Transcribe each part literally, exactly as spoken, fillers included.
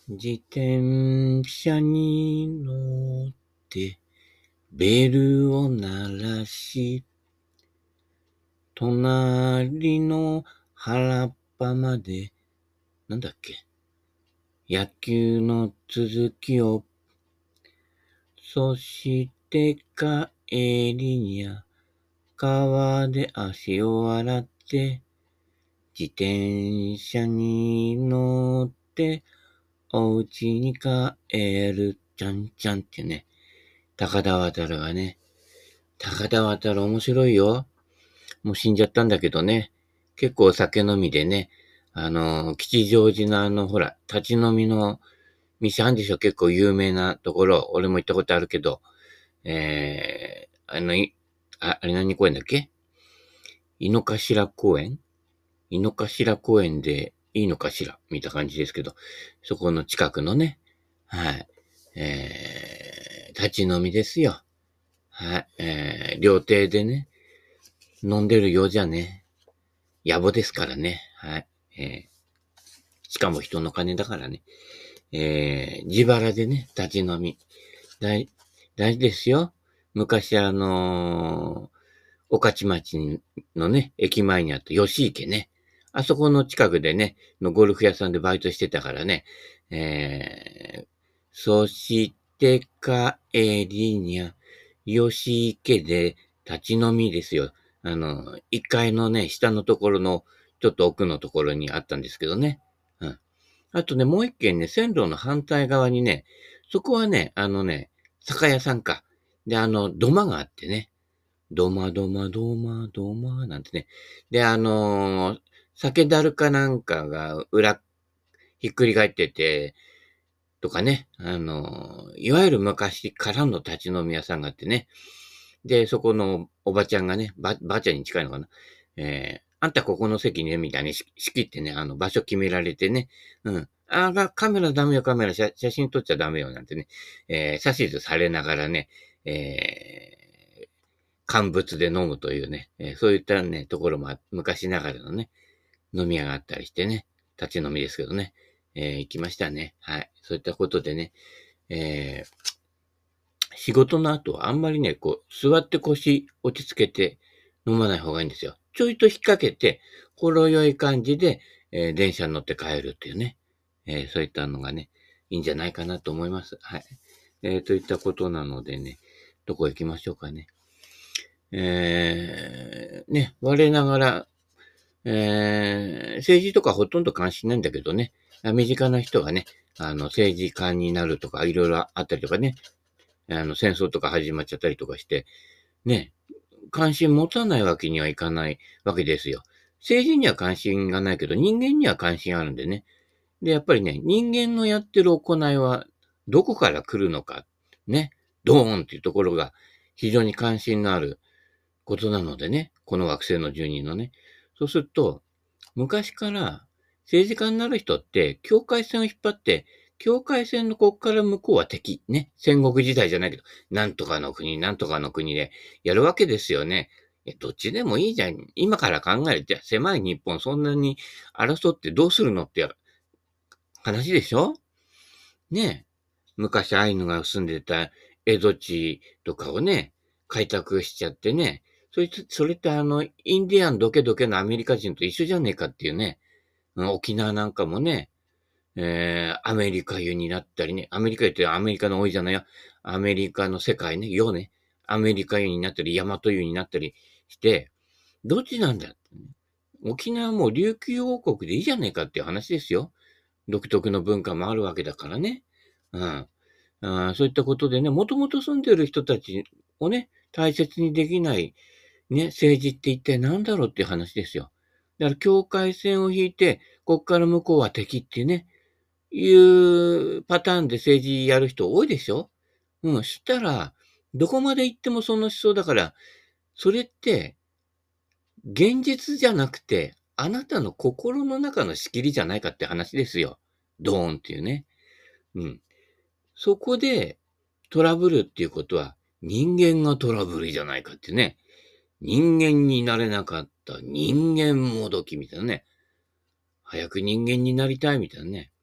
自転車に乗って、ベルを鳴らし、隣の原っぱまで、なんだっけ、野球の続きを、そして帰りにゃ、川で足を洗って、自転車に乗って、お家に帰る、ちゃんちゃんってね、高田渡がね、高田渡面白いよ。もう死んじゃったんだけどね、結構酒飲みでね、あの、吉祥寺のあの、ほら、立ち飲みの店あんでしょ、結構有名なところ、俺も行ったことあるけど、えー、あの、いああれ何公園だっけ、井の頭公園井の頭公園でいいのかしら見た感じですけど、そこの近くのね、はい、えー、立ち飲みですよ。はい、えー、料亭でね、飲んでるようじゃね、野暮ですからね、はい、えー、しかも人の金だからね、えー、自腹でね、立ち飲み。大、大事ですよ。昔あのー、御徒町のね、駅前にあった吉池ね。あそこの近くでね、のゴルフ屋さんでバイトしてたからね。えー、そして帰りにゃ、吉池で立ち飲みですよ。あの、一階のね、下のところの、ちょっと奥のところにあったんですけどね。うん。あとね、もう一軒ね、線路の反対側にね、そこはね、あのね、酒屋さんか。で、あの、土間があってね。ドマドマドマドマなんてね。で、あのー酒だるかなんかが裏、ひっくり返ってて、とかね。あのーいわゆる昔からの立ち飲み屋さんがあってね。で、そこのおばちゃんがね、ば、ばあちゃんに近いのかな。えー、あんたここの席ね、みたいにし仕切ってね、あの、場所決められてね。うん。あが、カメラダメよ、カメラ、写写真撮っちゃダメよ、なんてね。えー、指図されながらね、えー、乾物で飲むというね、えーそういったね、ところも昔ながらのね、飲み屋があったりしてね、立ち飲みですけどね、えー行きましたね。はい。そういったことでね、えー仕事の後はあんまりね、こう、座って腰落ち着けて飲まない方がいいんですよ。ちょいと引っ掛けて、ほろ酔い感じで、えー電車に乗って帰るっていうね、えーそういったのがね、いいんじゃないかなと思います。はい。えーといったことなのでね、どこ行きましょうかね。えー、ね、我ながら、えー、政治とかほとんど関心ないんだけどね、身近な人がね、あの、政治家になるとか、いろいろあったりとかね、あの、戦争とか始まっちゃったりとかして、ね、関心持たないわけにはいかないわけですよ。政治には関心がないけど、人間には関心あるんでね。で、やっぱりね、人間のやってる行いは、どこから来るのか、ね、ドーンっていうところが非常に関心のあることなのでね、この惑星の住人のね。そうすると、昔から政治家になる人って、境界線を引っ張って、境界線のこっから向こうは敵。ね。戦国時代じゃないけど、なんとかの国、なんとかの国でやるわけですよね。え、どっちでもいいじゃん。今から考える。じゃあ、狭い日本、そんなに争ってどうするのって話でしょね。昔アイヌが住んでた江戸地とかをね、開拓しちゃってね、そいつ、それってあの、インディアンドケドケのアメリカ人と一緒じゃねえかっていうね、沖縄なんかもね、えー、アメリカ湯になったりね、アメリカ湯ってアメリカの多いじゃないよ。アメリカの世界ね、世ね、アメリカ湯になったり、大和湯になったりして、どっちなんだってね、沖縄も琉球王国でいいじゃねえかっていう話ですよ。独特の文化もあるわけだからね。うん。あそういったことでね、もともと住んでる人たちをね、大切にできないね、政治って一体何だろうっていう話ですよ。だから境界線を引いて、こっから向こうは敵っていうね、いうパターンで政治やる人多いでしょ。うん、したら、どこまで行ってもその思想だから、それって、現実じゃなくて、あなたの心の中の仕切りじゃないかって話ですよ。ドーンっていうね。うん。そこでトラブルっていうことは、人間がトラブルじゃないかってね。人間になれなかった人間もどきみたいなね。早く人間になりたいみたいなね。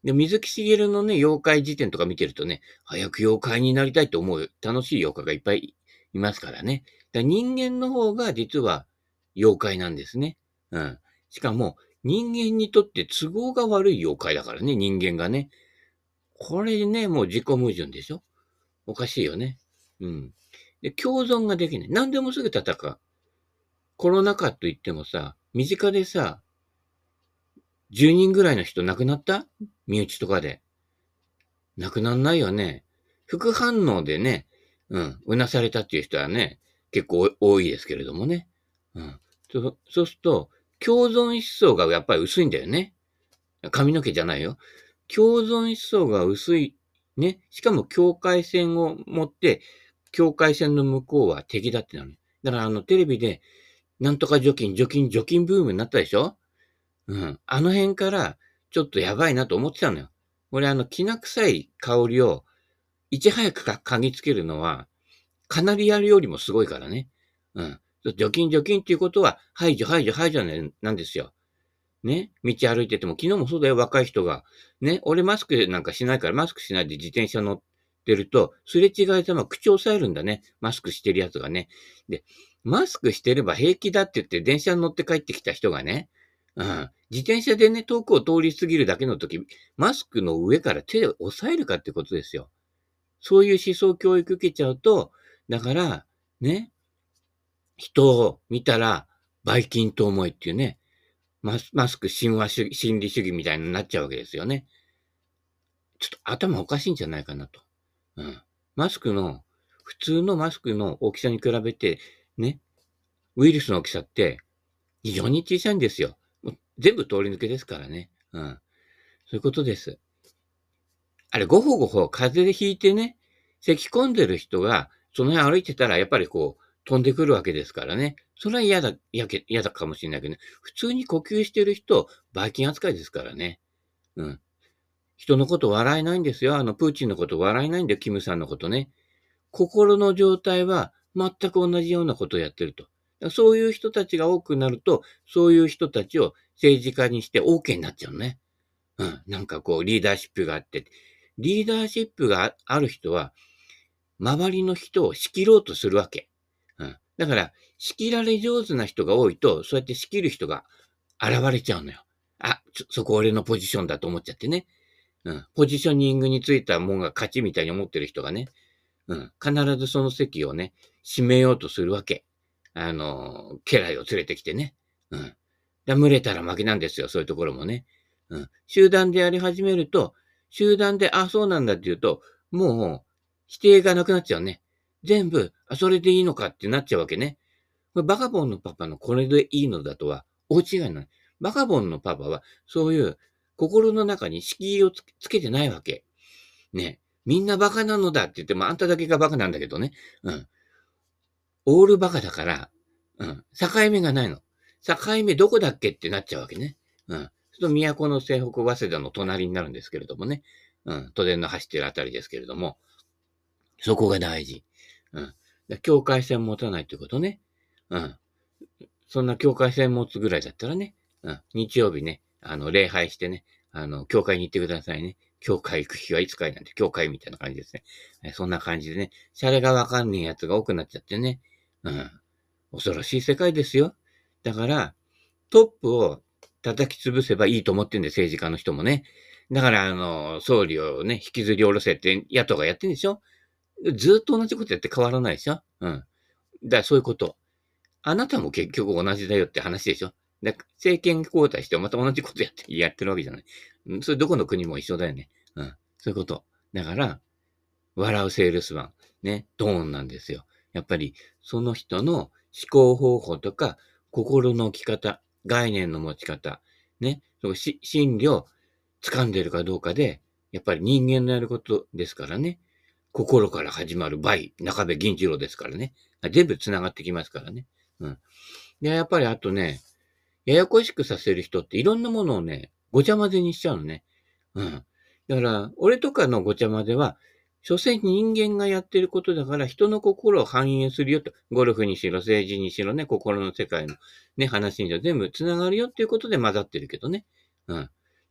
で、水木しげるのね、妖怪辞典とか見てるとね、早く妖怪になりたいと思う楽しい妖怪がいっぱいいますからね。だから人間の方が実は妖怪なんですね。うん。しかも、人間にとって都合が悪い妖怪だからね、人間がね。これね、もう自己矛盾でしょ？おかしいよね。うん。で、共存ができない。何でもすぐ戦う。コロナ禍と言ってもさ、身近でさ、じゅうにんぐらいの人亡くなった？身内とかで。亡くなんないよね。副反応でね、うん、うなされたっていう人はね、結構多いですけれどもね。うん。そそうすると、共存思想がやっぱり薄いんだよね。髪の毛じゃないよ。共存思想が薄い。ね。しかも境界線を持って、境界線の向こうは敵だってなる。だからあのテレビで、なんとか除菌、除菌、除菌ブームになったでしょ？うん。あの辺から、ちょっとやばいなと思ってたのよ。俺あの、きな臭い香りを、いち早くか嗅ぎつけるのは、カナリアよりもすごいからね。うん。除菌除菌っていうことは、排除排除排除なんですよ。ね。道歩いてても、昨日もそうだよ、若い人が。ね。俺マスクなんかしないから、マスクしないで自転車乗ってると、すれ違いざま口を押さえるんだね。マスクしてるやつがね。で、マスクしてれば平気だって言って電車に乗って帰ってきた人がね、うん。自転車でね、遠くを通り過ぎるだけの時、マスクの上から手を押さえるかってことですよ。そういう思想教育受けちゃうと、だから、ね、人を見たら、ばい菌と思えっていうね、マスマスク神話主義、心理主義みたいになっちゃうわけですよね。ちょっと頭おかしいんじゃないかなと。うん。マスクの、普通のマスクの大きさに比べて、ね、ウイルスの大きさって非常に小さいんですよ。もう全部通り抜けですからね。うん。そういうことです。あれ、ごほごほ風邪でひいてね、咳込んでる人が、その辺歩いてたら、やっぱりこう、飛んでくるわけですからね。それは嫌だ、嫌け嫌だかもしれないけどね。普通に呼吸してる人、ばい菌扱いですからね。うん。人のこと笑えないんですよ。あの、プーチンのこと笑えないんだよ、キムさんのことね。心の状態は全く同じようなことをやってると。そういう人たちが多くなると、そういう人たちを政治家にして オーケー になっちゃうね。うん。なんかこう、リーダーシップがあって。リーダーシップがある人は、周りの人を仕切ろうとするわけ。うん。だから、仕切られ上手な人が多いと、そうやって仕切る人が現れちゃうのよ。あ、そ、そこ俺のポジションだと思っちゃってね。うん。ポジショニングについたもんが勝ちみたいに思ってる人がね。うん。必ずその席をね、占めようとするわけ。あの、家来を連れてきてね。うん。だ群れたら負けなんですよ、そういうところもね。うん。集団でやり始めると、集団で、あ、そうなんだって言うと、もう、否定がなくなっちゃうね。全部、あ、それでいいのかってなっちゃうわけね。これバカボンのパパのこれでいいのだとは、大違いない。バカボンのパパは、そういう心の中に敷居をつけつけてないわけ。ね。みんなバカなのだって言っても、あんただけがバカなんだけどね。うん。オールバカだから、うん。境目がないの。境目どこだっけってなっちゃうわけね。うん。そうすると、都の西北、早稲田の隣になるんですけれどもね。うん。都電の走ってるあたりですけれども、そこが大事。うん。境界線持たないってことね。うん。そんな境界線持つぐらいだったらね、うん。日曜日ね、あの、礼拝してね、あの、教会に行ってくださいね。教会行く日はいつかいなんて、教会みたいな感じですね。そんな感じでね、シャレがわかんねえやつが多くなっちゃってね。うん。恐ろしい世界ですよ。だから、トップを叩き潰せばいいと思ってんで、政治家の人もね。だから、あの、総理をね、引きずり下ろせって野党がやってんでしょ？ずっと同じことやって変わらないでしょ？うん。だからそういうこと。あなたも結局同じだよって話でしょ？で、政権交代してまた同じことやってやってるわけじゃない。うん、それどこの国も一緒だよね。うん。そういうこと。だから、笑うセールスマン、ね、ドーンなんですよ。やっぱり、その人の思考方法とか、心の置き方、概念の持ち方、ね、そのし心理を掴んでるかどうかで、やっぱり人間のやることですからね。心から始まる倍、中部銀次郎ですからね。全部繋がってきますからね。うん。で、やっぱりあとね、ややこしくさせる人っていろんなものをね、ごちゃ混ぜにしちゃうのね。うん。だから、俺とかのごちゃ混ぜは、所詮人間がやってることだから人の心を反映するよと。ゴルフにしろ、政治にしろね、心の世界のね、話にしろ全部繋がるよっていうことで混ざってるけどね。うん。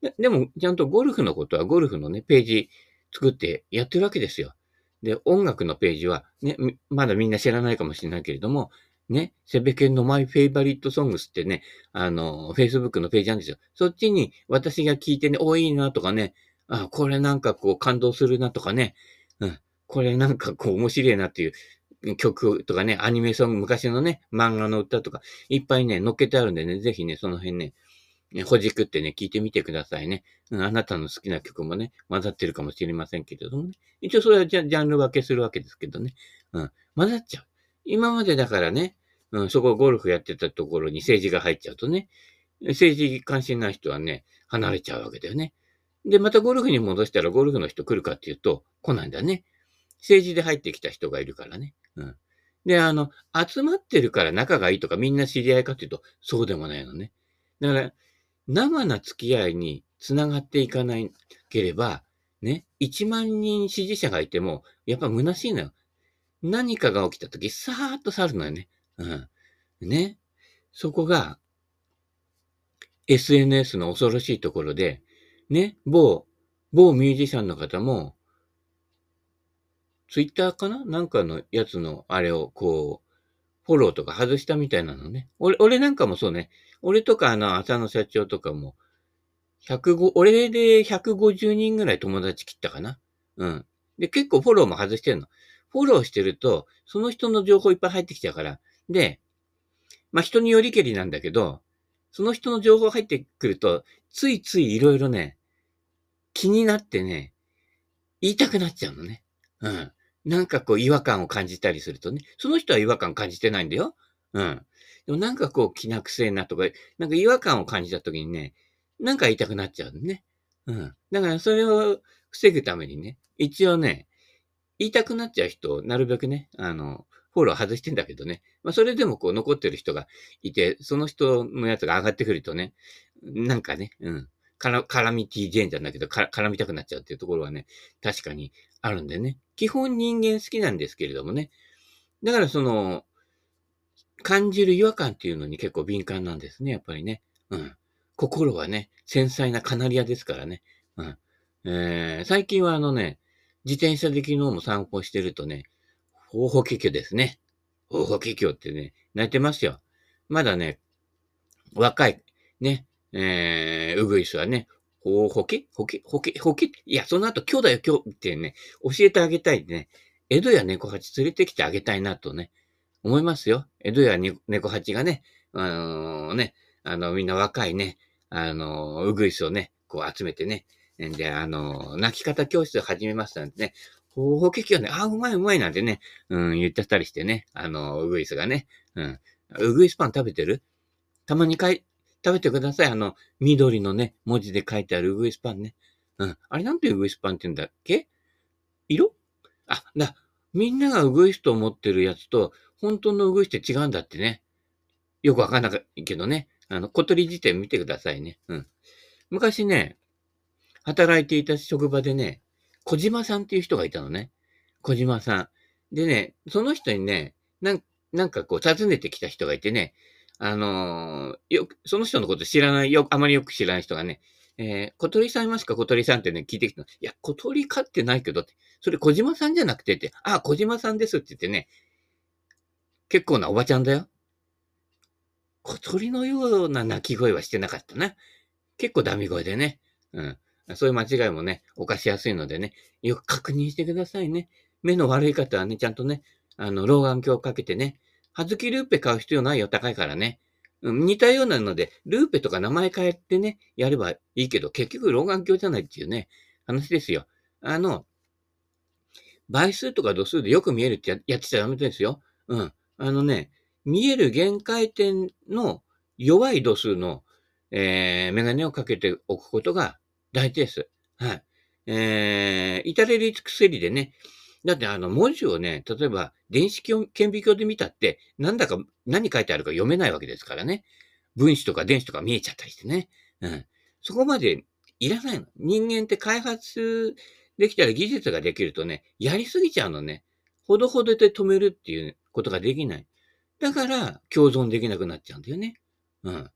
ででも、ちゃんとゴルフのことはゴルフのね、ページ作ってやってるわけですよ。で、音楽のページは、ね、みまだみんな知らないかもしれないけれども、ね、セベケンの My Favorite Songs ってね、あの、Facebook のページなんですよ。そっちに私が聞いてね、お、いいなとかね、あ、これなんかこう感動するなとかね、うん、これなんかこう面白いなっていう曲とかね、アニメーション、昔のね、漫画の歌とか、いっぱいね、載っけてあるんでね、ぜひね、その辺ね、ね、ほじくってね、聞いてみてくださいね。うん、あなたの好きな曲もね、混ざってるかもしれませんけれどもね。一応それはジャジャンル分けするわけですけどね。うん。混ざっちゃう。今までだからね、うん、そこゴルフやってたところに政治が入っちゃうとね、政治関心ない人はね、離れちゃうわけだよね。で、またゴルフに戻したらゴルフの人来るかっていうと、来ないんだね。政治で入ってきた人がいるからね。うん。で、あの、集まってるから仲がいいとかみんな知り合いかっていうと、そうでもないのね。だから、生な付き合いに繋がっていかないければ、ね、いちまん人支持者がいても、やっぱ虚しいのよ。何かが起きたとき、さーっと去るのよね。うん。ね。そこが エスエヌエス の恐ろしいところで、ね、某、某ミュージシャンの方も、ツイッターかななんかのやつのあれをこう、フォローとか外したみたいなのね。俺、俺なんかもそうね。俺とかあの、浅野社長とかも、ひゃくご、俺でひゃくごじゅうにんぐらい友達切ったかな。うん。で、結構フォローも外してるの。フォローしてると、その人の情報いっぱい入ってきちゃうから。で、まあ、人によりけりなんだけど、その人の情報入ってくると、ついついいろいろね、気になってね、言いたくなっちゃうのね。うん。なんかこう違和感を感じたりするとね、その人は違和感感じてないんだよ。うん。でもなんかこう気な臭いなとか、なんか違和感を感じた時にね、なんか言いたくなっちゃうのね。うん。だからそれを防ぐためにね、一応ね、言いたくなっちゃう人をなるべくね、あの、フォロー外してんだけどね。まあ、それでもこう残ってる人がいて、その人のやつが上がってくるとね、なんかね、うん。カラカラミティジェーンじゃないけど、か絡みたくなっちゃうっていうところはね、確かにあるんでね。基本人間好きなんですけれどもね。だからその、感じる違和感っていうのに結構敏感なんですね、やっぱりね。うん。心はね、繊細なカナリアですからね。うん。えー、最近はあのね、自転車で昨日も散歩してるとね、ほうほけきょですね。ほうほけきょってね、泣いてますよ。まだね、若い、ね、えー、ウグイスはね、ほうほけほけほけほけいや、その後、今日だよ、今日ってね、教えてあげたいね。江戸や猫八連れてきてあげたいなとね、思いますよ。江戸やに猫八がね、あのーね、あの、みんな若いね、あのーウグイスをね、こう集めてね、んで、あのー泣き方教室を始めましたんでね、ほうほけきょね、あ、うまいうまいなんてね、うん、言っちゃったりしてね、あのーウグイスがね、うん。ウグイスパン食べてるたまにかい、食べてください。あの、緑のね、文字で書いてあるウグイスパンね。うん。あれなんてウグイスパンって言うんだっけ色あ、だ、みんながウグイスと思ってるやつと、本当のウグイスって違うんだってね。よくわかんないけどね。あの、小鳥辞典見てくださいね。うん。昔ね、働いていた職場でね、小島さんっていう人がいたのね。小島さん。でね、その人にね、なん、なんかこう訪ねてきた人がいてね、あのーよく、その人のこと知らない、よ、あまりよく知らない人がね、えー、小鳥さんいますか小鳥さんってね、聞いてきたの。いや、小鳥飼ってないけどって、それ小島さんじゃなくてって、あ、小島さんですって言ってね、結構なおばちゃんだよ。小鳥のような鳴き声はしてなかったな。結構ダミ声でね。うん。そういう間違いもね、犯しやすいのでね、よく確認してくださいね。目の悪い方はね、ちゃんとね、あの、老眼鏡をかけてね、葉月ルーペ買う必要ないよ、高いからね。うん、似たようなので、ルーペとか名前変えてね、やればいいけど、結局老眼鏡じゃないっていうね、話ですよ。あの、倍数とか度数でよく見えるってややってちゃダメですよ。うん。あのね、見える限界点の弱い度数の、えー、メガネをかけておくことが大事です。はい。えー、至れり尽くせりでね、だってあの文字をね、例えば電子顕微鏡で見たって、なんだか、何書いてあるか読めないわけですからね。分子とか電子とか見えちゃったりしてね。うん。そこまでいらないの。人間って開発できたら技術ができるとね、やりすぎちゃうのね。ほどほどで止めるっていうことができない。だから、共存できなくなっちゃうんだよね。うん。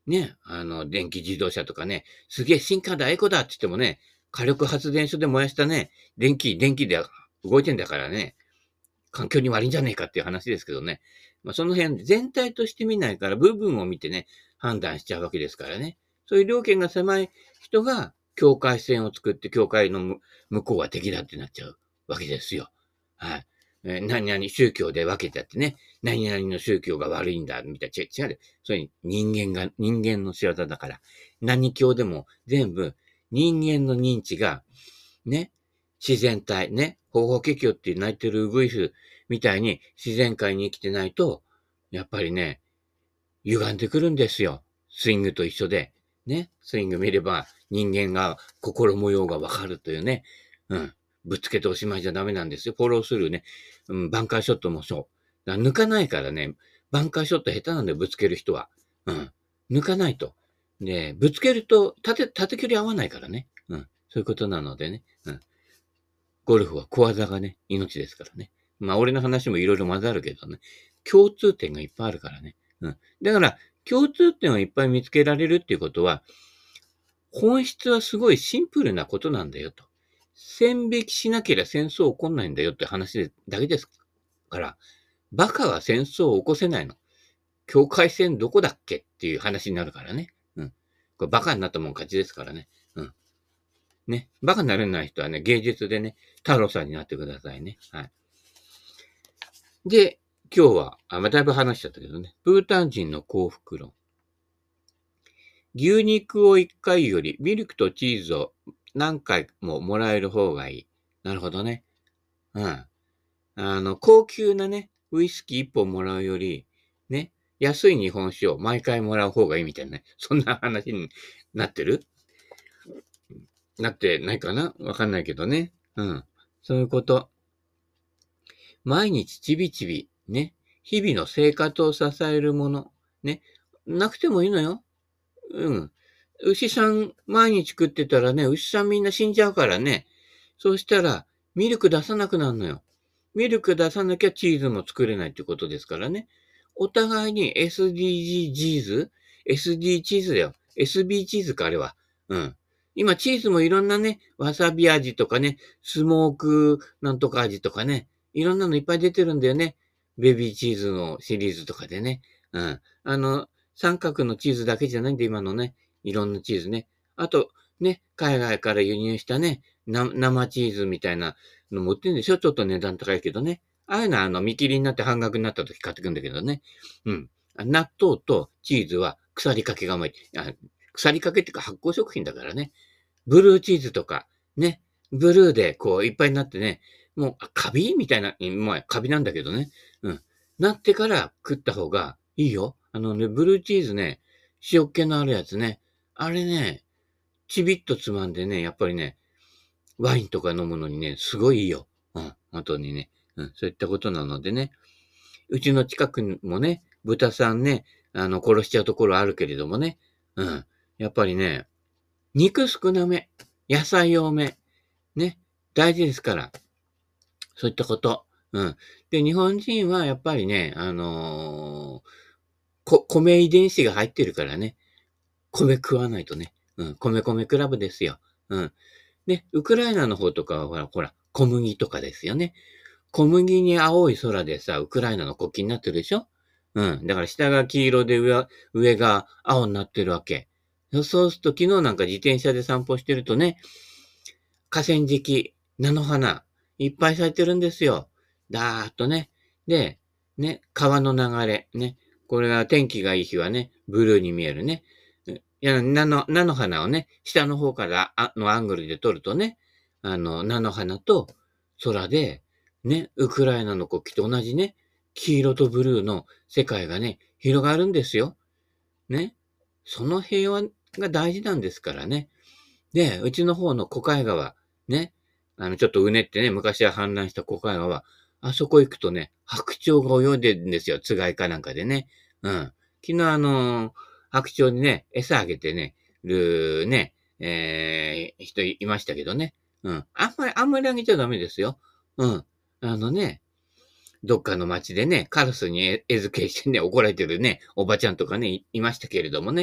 ね、あの、電気自動車とかね、すげえ進化だ、エコだって言ってもね、火力発電所で燃やしたね、電気、電気で動いてんだからね、環境に悪いんじゃねえかっていう話ですけどね。まあ、その辺全体として見ないから、部分を見てね、判断しちゃうわけですからね。そういう料金が狭い人が、境界線を作って、境界の向こうは敵だってなっちゃうわけですよ。はい。えー何々宗教で分けちゃってね、何々の宗教が悪いんだ、みたいな。違う、違う。それ人間が、人間の仕業だから。何教でも全部人間の認知が、ね、自然体、ね、方法華経って泣いてるウグイスみたいに自然界に生きてないと、やっぱりね、歪んでくるんですよ。スイングと一緒で。ね。スイング見れば人間が心模様がわかるというね。うん。ぶっつけておしまいじゃダメなんですよ。フォロースルーね。うん、バンカーショットもそう。だから抜かないからね。バンカーショット下手なんだよ、ぶつける人は。うん。抜かないと。で、ぶつけると、縦、縦距離合わないからね。うん。そういうことなのでね。うん。ゴルフは小技がね、命ですからね。まあ、俺の話もいろいろ混ざるけどね。共通点がいっぱいあるからね。うん。だから、共通点をいっぱい見つけられるっていうことは、本質はすごいシンプルなことなんだよと。線引きしなければ戦争起こんないんだよって話だけですから、バカは戦争を起こせないの。境界線どこだっけっていう話になるからね。うん。これバカになったもん勝ちですからね。うん。ね。バカになれない人はね、芸術でね、太郎さんになってくださいね。はい。で、今日は、あ、まあ、だいぶ話しちゃったけどね。ブータン人の幸福論。牛肉をいっかいよりミルクとチーズを何回ももらえる方がいい。なるほどね。うん。あの、高級なね、ウイスキーいっぽんもらうより、ね、安い日本酒を毎回もらう方がいいみたいなね。そんな話になってるなってないかなわかんないけどね。うん。そういうこと。毎日ちびちび、ね。日々の生活を支えるもの。ね。なくてもいいのよ。うん。牛さん、毎日食ってたらね、牛さんみんな死んじゃうからね。そうしたら、ミルク出さなくなるのよ。ミルク出さなきゃチーズも作れないってことですからね。お互いに エスディージーズ エスディー チーズだよ。エスビー チーズか、あれは。うん。今、チーズもいろんなね、わさび味とかね、スモークなんとか味とかね、いろんなのいっぱい出てるんだよね。ベビーチーズのシリーズとかでね。うん。あの、三角のチーズだけじゃないんで、今のね。いろんなチーズね。あと、ね、海外から輸入したね、な生チーズみたいなの持ってるんでしょちょっと値段高いけどね。ああいうのは、あの、見切りになって半額になった時買ってくんだけどね。うん。納豆とチーズは腐りかけが甘い。あ腐りかけっていうか発酵食品だからね。ブルーチーズとか、ね。ブルーでこういっぱいになってね。もう、あカビみたいな、まあ、カビなんだけどね。うん。なってから食った方がいいよ。あのね、ブルーチーズね、塩気のあるやつね。あれね、ちびっとつまんでね、やっぱりね、ワインとか飲むのにね、すごいいいよ。うん、本当にね。うん、そういったことなのでね。うちの近くにもね、豚さんね、あの、殺しちゃうところあるけれどもね。うん。やっぱりね、肉少なめ、野菜多め、ね、大事ですから。そういったこと。うん。で、日本人はやっぱりね、あのーこ、米遺伝子が入ってるからね。米食わないとね。うん。米米クラブですよ。うん。ね、ウクライナの方とかは、ほら、ほら、小麦とかですよね。小麦に青い空でさ、ウクライナの国旗になってるでしょうん。だから下が黄色で上、上が青になってるわけ。そうすると昨日なんか自転車で散歩してるとね、河川敷、菜の花、いっぱい咲いてるんですよ。だーっとね。で、ね、川の流れ、ね。これが天気がいい日はね、ブルーに見えるね。いや、菜の、菜の花をね、下の方からあのアングルで撮るとね、あの、菜の花と空で、ね、ウクライナの国旗と同じね、黄色とブルーの世界がね、広がるんですよ。ね。その平和が大事なんですからね。で、うちの方の小海川、ね。あの、ちょっとうねってね、昔は氾濫した小海川、あそこ行くとね、白鳥が泳いでるんですよ。つがいかなんかでね。うん。昨日あのー白鳥にね、餌あげてね、るね、えー、人いましたけどね。うん。あんまり、あんまりあげちゃダメですよ。うん。あのね、どっかの町でね、カラスに餌付けしてね、怒られてるね、おばちゃんとかね、いいましたけれどもね。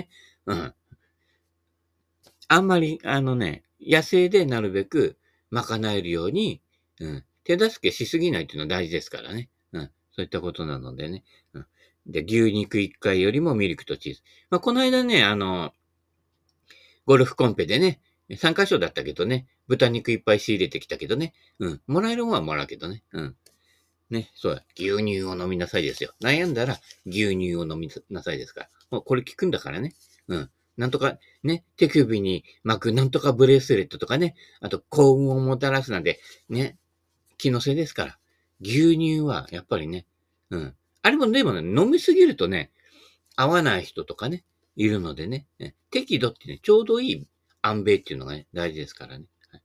うん。あんまり、あのね、野生でなるべく賄えるように、うん。手助けしすぎないっていうのは大事ですからね。うん。そういったことなのでね。うん。で、牛肉いっかいよりもミルクとチーズ。まあ、この間ね、あの、ゴルフコンペでね、参加賞だったけどね、豚肉いっぱい仕入れてきたけどね。うん。もらえるもんはもらうけどね。うん。ね、そうだ。牛乳を飲みなさいですよ。悩んだら牛乳を飲みなさいですから。もうこれ効くんだからね。うん。なんとか、ね、手首に巻くなんとかブレスレットとかね、あと幸運をもたらすなんて、ね、気のせいですから。牛乳はやっぱりね、うん。あれもでもね、飲みすぎるとね、合わない人とかね、いるのでね、ね適度ってね、ちょうどいい塩梅っていうのがね、大事ですからね。はい、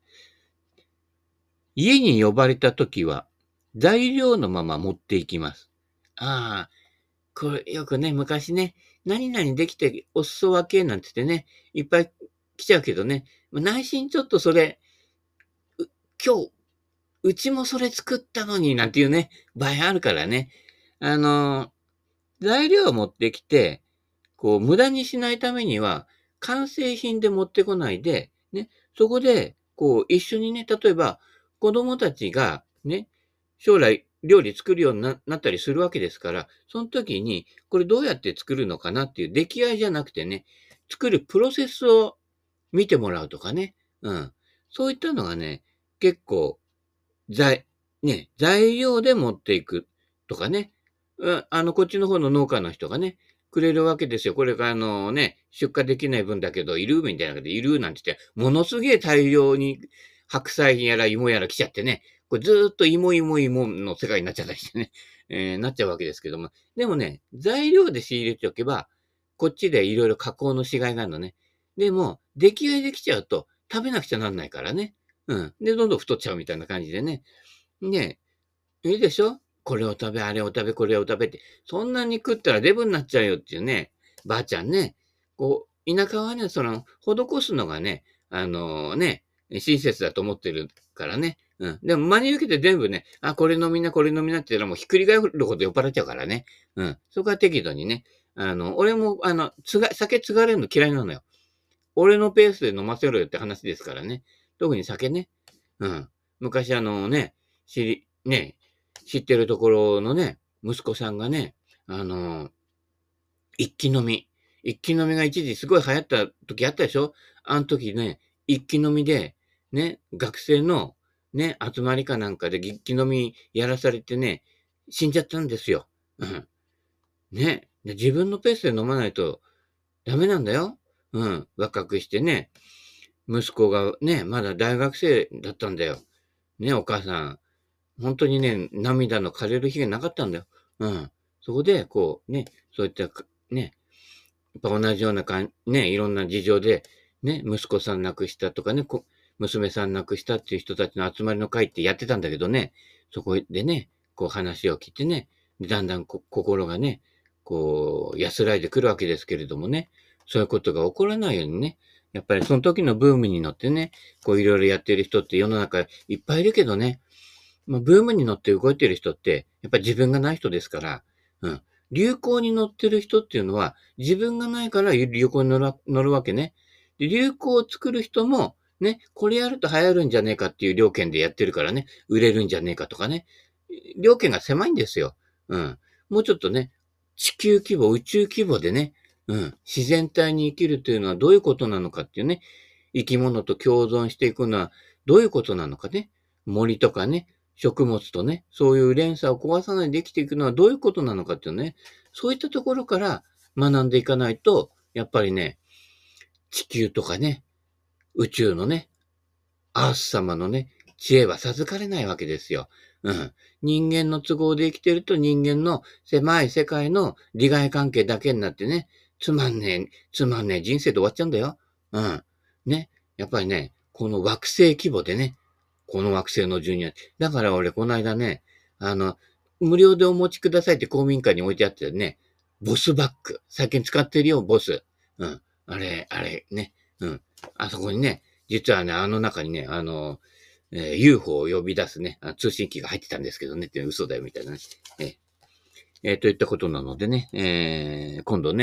家に呼ばれたときは、材料のまま持っていきます。ああ、これよくね、昔ね、何々できてお裾分けなんて言ってね、いっぱい来ちゃうけどね、内心ちょっとそれ、う今日、うちもそれ作ったのになんていうね、場合あるからね。あの、材料を持ってきて、こう、無駄にしないためには、完成品で持ってこないで、ね、そこで、こう、一緒にね、例えば、子供たちが、ね、将来、料理作るようにななったりするわけですから、その時に、これどうやって作るのかなっていう出来合いじゃなくてね、作るプロセスを見てもらうとかね、うん。そういったのがね、結構、材、ね、材料で持っていくとかね、うん、あの、こっちの方の農家の人がね、くれるわけですよ。これがあのね、出荷できない分だけど、いるみたいなので、いるなんて言って、ものすげえ大量に白菜やら芋やら来ちゃってね、これずーっと芋芋芋の世界になっちゃったりしてね、えーなっちゃうわけですけども。でもね、材料で仕入れておけば、こっちでいろいろ加工のしがいがあるのね。でも、出来合いできちゃうと、食べなくちゃなんないからね。うん。で、どんどん太っちゃうみたいな感じでね。ねえ、いいでしょこれを食べ、あれを食べ、これを食べって。そんなに食ったらデブになっちゃうよっていうね。ばあちゃんね。こう、田舎はね、その、施すのがね、あのね、親切だと思ってるからね。うん。でも真に受けて全部ね、あ、これ飲みな、これ飲みなって言ったらもうひっくり返るほど酔っ払っちゃうからね。うん。そこは適度にね。あの、俺も、あの、つが、酒継がれるの嫌いなのよ。俺のペースで飲ませろよって話ですからね。特に酒ね。うん。昔あのね、知り、ね、知ってるところのね、息子さんがね、あの、一気飲み。一気飲みが一時すごい流行った時あったでしょあの時ね、一気飲みで、ね、学生のね、集まりかなんかで一気飲みやらされてね、死んじゃったんですよ。うん。ね。で自分のペースで飲まないとダメなんだよ。うん。若くしてね。息子がね、まだ大学生だったんだよ。ね、お母さん。本当にね、涙の枯れる日がなかったんだよ。うん。そこで、こう、ね、そういったか、ね、やっぱ同じようなかん、ね、いろんな事情で、ね、息子さん亡くしたとかね、こ娘さん亡くしたっていう人たちの集まりの会ってやってたんだけどね、そこでね、こう話を聞いてね、だんだんこ心がね、こう、安らいでくるわけですけれどもね、そういうことが起こらないようにね、やっぱりその時のブームに乗ってね、こういろいろやってる人って世の中いっぱいいるけどね、まあ、ブームに乗って動いてる人って、やっぱり自分がない人ですから、うん。流行に乗ってる人っていうのは、自分がないから流行に乗る乗るわけね。で、流行を作る人も、ね、これやると流行るんじゃねえかっていう料金でやってるからね、売れるんじゃねえかとかね。料金が狭いんですよ。うん。もうちょっとね、地球規模、宇宙規模でね、うん。自然体に生きるというのはどういうことなのかっていうね、生き物と共存していくのはどういうことなのかね。森とかね、食物とね、そういう連鎖を壊さないで生きていくのはどういうことなのかっていうね、そういったところから学んでいかないと、やっぱりね、地球とかね、宇宙のね、アース様のね、知恵は授かれないわけですよ。うん。人間の都合で生きてると人間の狭い世界の利害関係だけになってね、つまんねえ、つまんねえ人生で終わっちゃうんだよ。うん。ね。やっぱりね、この惑星規模でね、この惑星の住人。だから俺、この間ね、あの、無料でお持ちくださいって公民館に置いてあってね、ボスバッグ。最近使ってるよ、ボス。うん。あれ、あれ、ね。うん。あそこにね、実はね、あの中にね、あの、えー ユーフォー を呼び出すね、あ通信機が入ってたんですけどね、って嘘だよ、みたいなね。えーえーといったことなのでね、えー今度ね、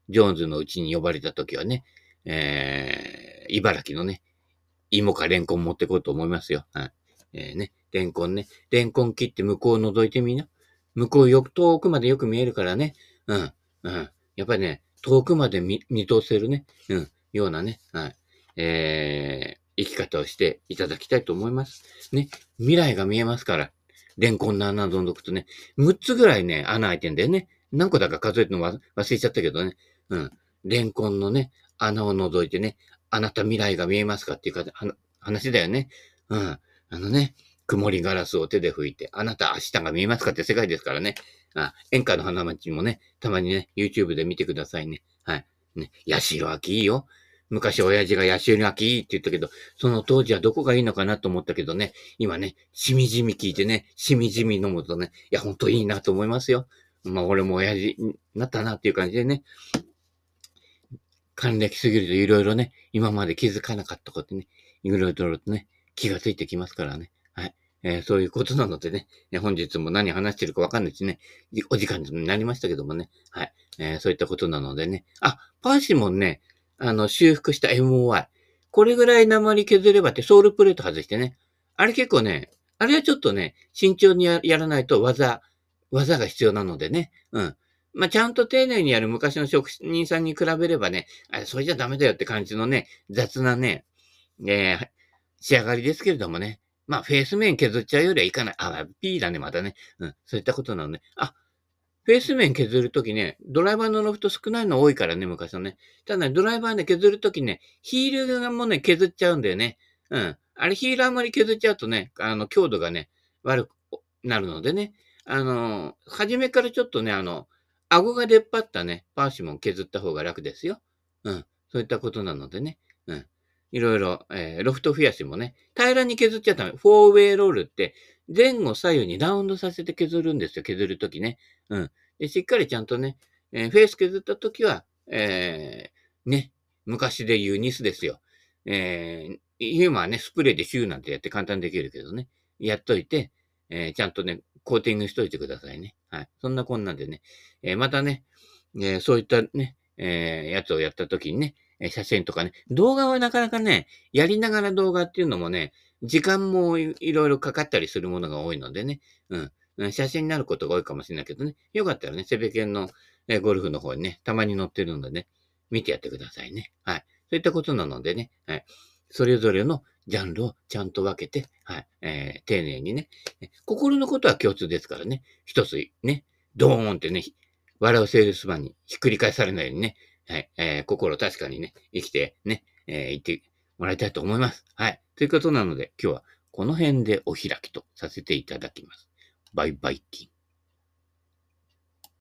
ジョーンズのうちに呼ばれた時はね、えー、茨城のね、芋かレンコン持ってこうと思いますよ。はい。えー、ね、レンコンね。レンコン切って向こう覗いてみな。向こうよく遠くまでよく見えるからね。うん。うん。やっぱりね、遠くまで見、見通せるね。うん。ようなね。はい。えー、生き方をしていただきたいと思います。ね。未来が見えますから。レンコンの穴を覗くとね、むっつぐらいね、穴開いてんだよね。何個だか数えてるの忘れちゃったけどね。うん。レンコンのね、穴を覗いてね、あなた未来が見えますかっていうか、話だよね。うん。あのね、曇りガラスを手で拭いて、あなた明日が見えますかって世界ですからね。あ、演歌の花街もね、たまにね、YouTube で見てくださいね。はい。ね、八代亜紀いいよ。昔親父が八代亜紀いいって言ったけど、その当時はどこがいいのかなと思ったけどね、今ね、しみじみ聞いてね、しみじみ飲むとね、いや、ほんといいなと思いますよ。まあ、俺も親父になったなっていう感じでね、還暦すぎるといろいろね、今まで気づかなかったことね、いろいろとね、気がついてきますからね。はい。えー、そういうことなのでね、本日も何話してるかわかんないしね、お時間になりましたけどもね、はい。えー、そういったことなのでね。あ、パーシモンね、あの、修復した エムオーワイ。これぐらい鉛削ればってソールプレート外してね。あれ結構ね、あれはちょっとね、慎重に や, やらないと技、技が必要なのでね。うん。まあ、ちゃんと丁寧にやる昔の職人さんに比べればね、あそれじゃダメだよって感じのね、雑なね、えー、仕上がりですけれどもね。まあ、フェース面削っちゃうよりはいかない。あ、P だね、またね。うん、そういったことなのね。あ、フェース面削るときね、ドライバーのロフト少ないの多いからね、昔のね。ただね、ドライバーね、削るときね、ヒールがもね、削っちゃうんだよね。うん。あれ、ヒールあんまり削っちゃうとね、あの、強度がね、悪くなるのでね。あの、初めからちょっとね、あの、顎が出っ張ったね、パーシモン削った方が楽ですよ。うん。そういったことなのでね。うん。いろいろ、えー、ロフト増やしもね、平らに削っちゃダメ。フォーウェイロールって、前後左右にラウンドさせて削るんですよ、削るときね。うん。で、しっかりちゃんとね、えーフェース削ったときは、えー、ね、昔で言うニスですよ。えー、今はね、スプレーでシューなんてやって簡単にできるけどね。やっといて、えー、ちゃんとね、コーティングしといてくださいね。はい。そんなこんなんでね。えー、またね、えー、そういったね、えー、やつをやったときにね、写真とかね、動画はなかなかね、やりながら動画っていうのもね、時間もいろいろかかったりするものが多いのでね、うん。写真になることが多いかもしれないけどね。よかったらね、セベケンの、えゴルフの方にね、たまに載ってるのでね、見てやってくださいね。はい。そういったことなのでね、はい。それぞれのジャンルをちゃんと分けて、はい。えー、丁寧にね。心のことは共通ですからね。一つね、ドーンってね、笑うセールスマンにひっくり返されないようにね、はい。えー、心確かにね、生きてね、えー、言ってもらいたいと思います。はい。ということなので、今日はこの辺でお開きとさせていただきます。バイバイキン。